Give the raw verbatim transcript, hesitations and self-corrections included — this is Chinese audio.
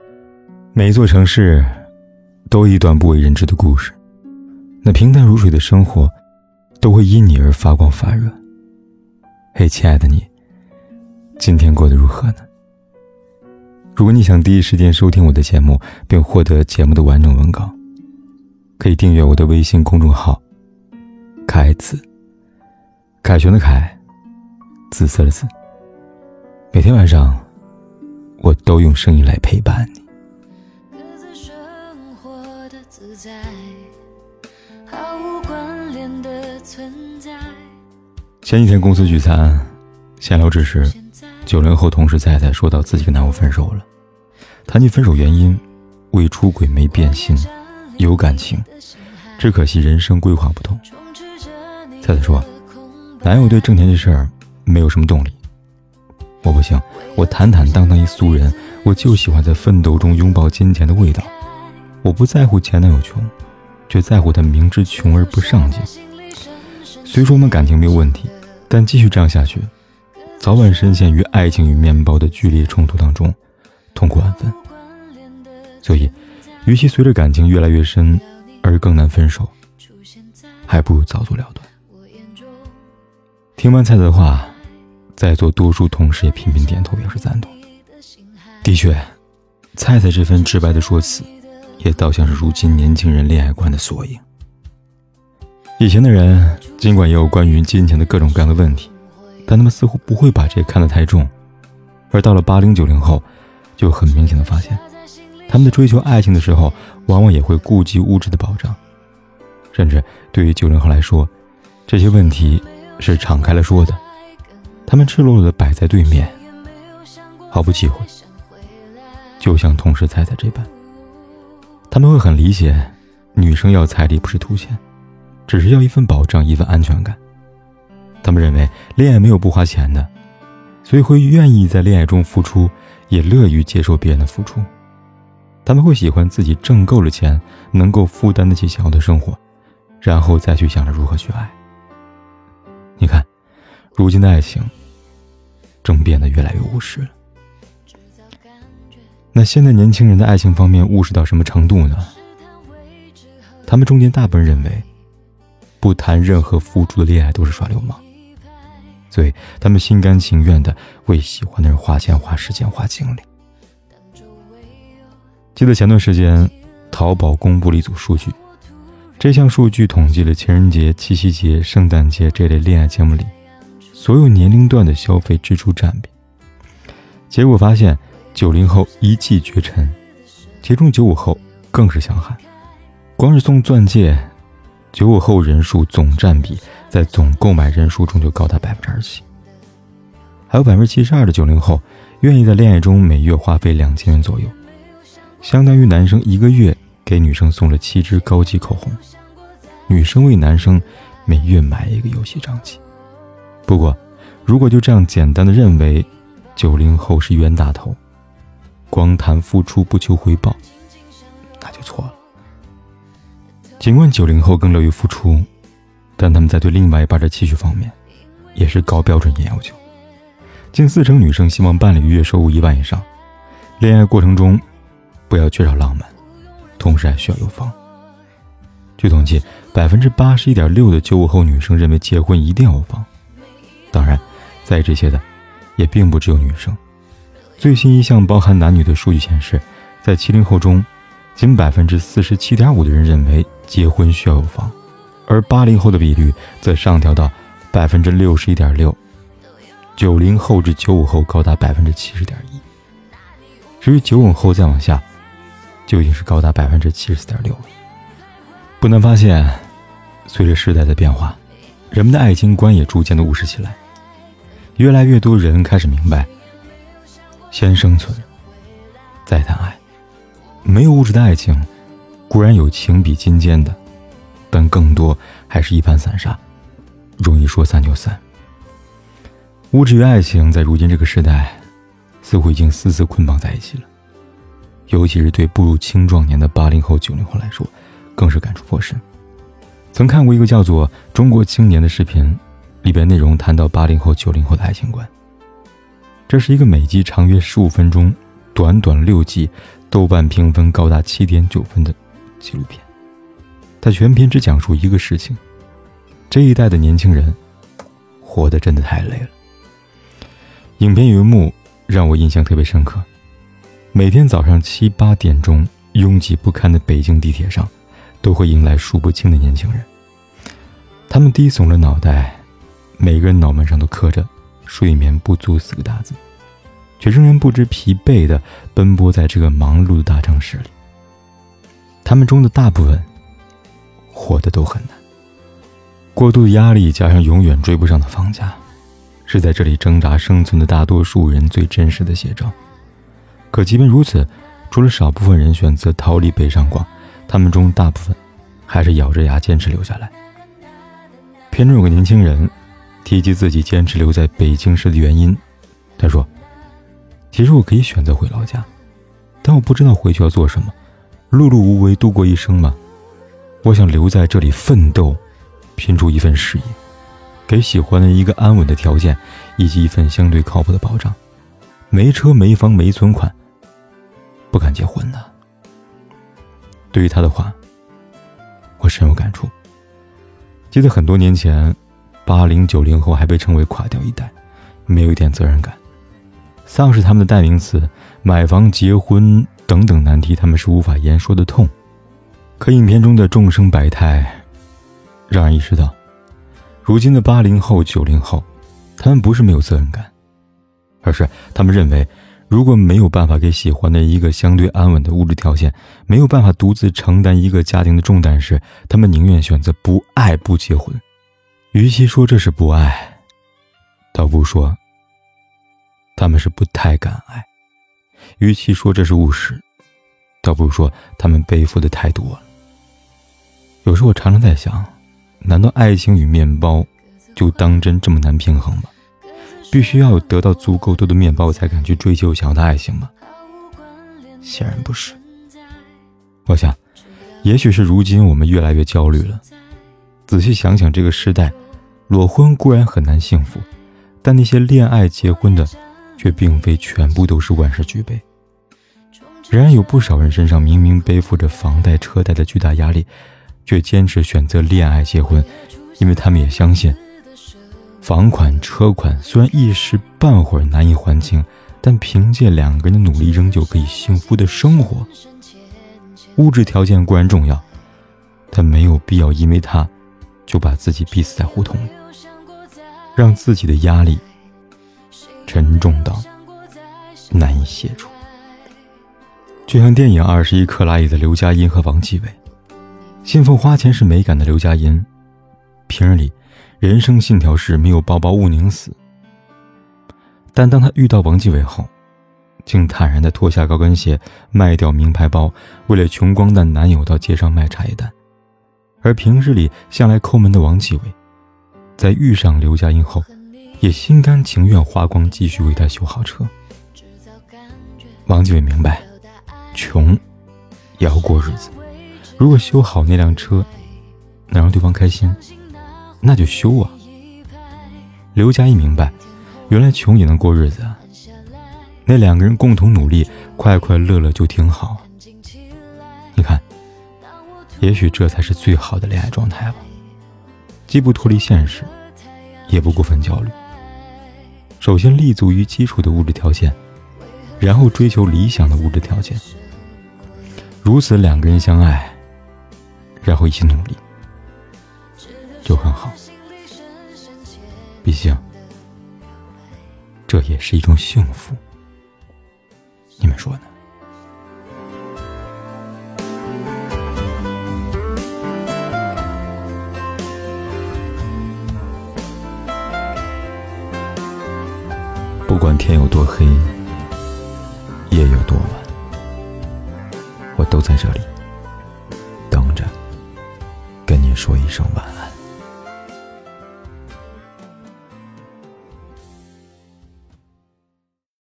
每一座城市都有一段不为人知的故事，那平淡如水的生活都会因你而发光发热。嘿，亲爱的你，今天过得如何呢？如果你想第一时间收听我的节目并获得节目的完整文稿，可以订阅我的微信公众号凯子，凯旋的凯，紫色的紫。每天晚上我都用声音来陪伴你。 各自生活的自在，毫无关联的存在。 前几天公司聚餐，闲聊之时，九零后同事菜菜说到自己跟男友分手了，谈起分手原因，未出轨没变心，有感情，只可惜人生规划不同。菜菜说，男友对挣钱这事儿没有什么动力。我不行，我坦坦荡荡一俗人，我就喜欢在奋斗中拥抱金钱的味道。我不在乎前男友穷，却在乎他明知穷而不上进。虽说我们感情没有问题，但继续这样下去，早晚深陷于爱情与面包的剧烈冲突当中，痛苦万分。所以与其随着感情越来越深而更难分手，还不如早做了断。听完菜菜的话，在座多数同事也频频点头表示赞同。的确，菜菜这份直白的说辞也倒像是如今年轻人恋爱观的缩影。以前的人尽管也有关于金钱的各种各样的问题，但他们似乎不会把这看得太重。而到了八零九零后，就很明显的发现，他们在追求爱情的时候往往也会顾及物质的保障。甚至对于九零后来说，这些问题是敞开了说的，他们赤裸裸的摆在对面，毫不忌讳。就像同事菜菜这般，他们会很理解女生要彩礼不是图钱，只是要一份保障，一份安全感。他们认为恋爱没有不花钱的，所以会愿意在恋爱中付出，也乐于接受别人的付出。他们会喜欢自己挣够了钱，能够负担得起想要的生活，然后再去想着如何去爱。你看，如今的爱情正变得越来越务实了。那现在年轻人的爱情方面务实到什么程度呢？他们中间大部分人认为，不谈任何付出的恋爱都是耍流氓，所以他们心甘情愿地为喜欢的人花钱花时间花精力。记得前段时间淘宝公布了一组数据，这项数据统计了情人节、七夕节、圣诞节这类恋爱节目里所有年龄段的消费支出占比。结果发现九零后一骑绝尘，其中九五后更是强悍。光是送钻戒，九五后人数总占比在总购买人数中就高达 百分之二十七。 还有 百分之七十二 的九零后愿意在恋爱中每月花费两千元左右，相当于男生一个月给女生送了七支高级口红，女生为男生每月买一个游戏掌机。不过如果就这样简单的认为九零后是冤大头，光谈付出不求回报，那就错了。尽管九零后更乐于付出，但他们在对另外一半的期许方面也是高标准严要求。近四成女生希望伴侣月收入一万以上，恋爱过程中不要缺少浪漫，同时还需要有房。据统计 百分之八十一点六 的九五后女生认为结婚一定要有房。当然在意这些的也并不只有女生。最新一项包含男女的数据显示，在七零后中仅 百分之四十七点五 的人认为结婚需要有房，而八零后的比率则上调到 百分之六十一点六， 九零后至九五后高达 百分之七十点一。 至于九五后再往下就已经是高达 百分之七十四点六 了。不难发现，随着时代的变化，人们的爱情观也逐渐的务实起来。越来越多人开始明白，先生存再谈爱。没有物质的爱情固然有情比金坚的，但更多还是一盘散沙，容易说散就散。物质与爱情在如今这个时代似乎已经死死捆绑在一起了，尤其是对步入青壮年的八零后九零后来说更是感触颇深。曾看过一个叫做《中国青年》的视频，里边内容谈到八零后九零后的爱情观。这是一个每集长约十五分钟短短六集，豆瓣评分高达 七点九 分的纪录片。它全篇只讲述一个事情：这一代的年轻人活得真的太累了。影片有一幕让我印象特别深刻，每天早上七八点钟，拥挤不堪的北京地铁上，都会迎来数不清的年轻人。他们低耸着脑袋，每个人脑门上都刻着睡眠不足四个大字，却仍然不知疲惫地奔波在这个忙碌的大城市里。他们中的大部分活得都很难，过度的压力加上永远追不上的房价，是在这里挣扎生存的大多数人最真实的写照。可即便如此，除了少部分人选择逃离北上广，他们中大部分还是咬着牙坚持留下来。片中有个年轻人提及自己坚持留在北京市的原因，他说：其实我可以选择回老家，但我不知道回去要做什么，碌碌无为度过一生吗？我想留在这里奋斗，拼出一份事业，给喜欢的一个安稳的条件，以及一份相对靠谱的保障。没车没房没存款，不敢结婚的。对于他的话，我深有感触。记得很多年前，八零九零后还被称为垮掉一代，没有一点责任感，丧失他们的代名词，买房结婚等等难题他们是无法言说的痛。可影片中的众生百态让人意识到，如今的八零后九零后，他们不是没有责任感，而是他们认为，如果没有办法给喜欢的一个相对安稳的物质条件，没有办法独自承担一个家庭的重担时，他们宁愿选择不爱不结婚。与其说这是不爱，倒不如说他们是不太敢爱；与其说这是务实，倒不如说他们背负的太多了。有时候我常常在想，难道爱情与面包就当真这么难平衡吗？必须要有得到足够多的面包才敢去追求想要的爱情吗？显然不是。我想，也许是如今我们越来越焦虑了。仔细想想，这个时代，裸婚固然很难幸福，但那些恋爱结婚的，却并非全部都是万事俱备。仍然有不少人身上明明背负着房贷车贷的巨大压力，却坚持选择恋爱结婚，因为他们也相信，房款车款虽然一时半会儿难以还清，但凭借两个人的努力仍旧可以幸福的生活。物质条件固然重要，但没有必要因为它就把自己逼死在胡同里，让自己的压力沉重到难以卸除。就像电影《二十一克拉》里的刘嘉欣和王继伟，信奉花钱是美感的刘嘉欣，平日里人生信条是没有包包勿宁死。但当他遇到王继伟后，竟坦然地脱下高跟鞋，卖掉名牌包，为了穷光蛋男友到街上卖茶叶蛋。而平日里向来抠门的王继伟，在遇上刘嘉欣后，也心甘情愿花光积蓄为他修好车。王继伟明白，穷也要过日子，如果修好那辆车能让对方开心，那就修啊。刘嘉欣明白，原来穷也能过日子啊，那两个人共同努力，快快乐乐就挺好。你看，也许这才是最好的恋爱状态吧，既不脱离现实，也不过分焦虑。首先立足于基础的物质条件，然后追求理想的物质条件，如此两个人相爱，然后一起努力，就很好。毕竟这也是一种幸福，你们说呢？不管天有多黑，夜有多晚，我都在这里等着跟你说一声晚安。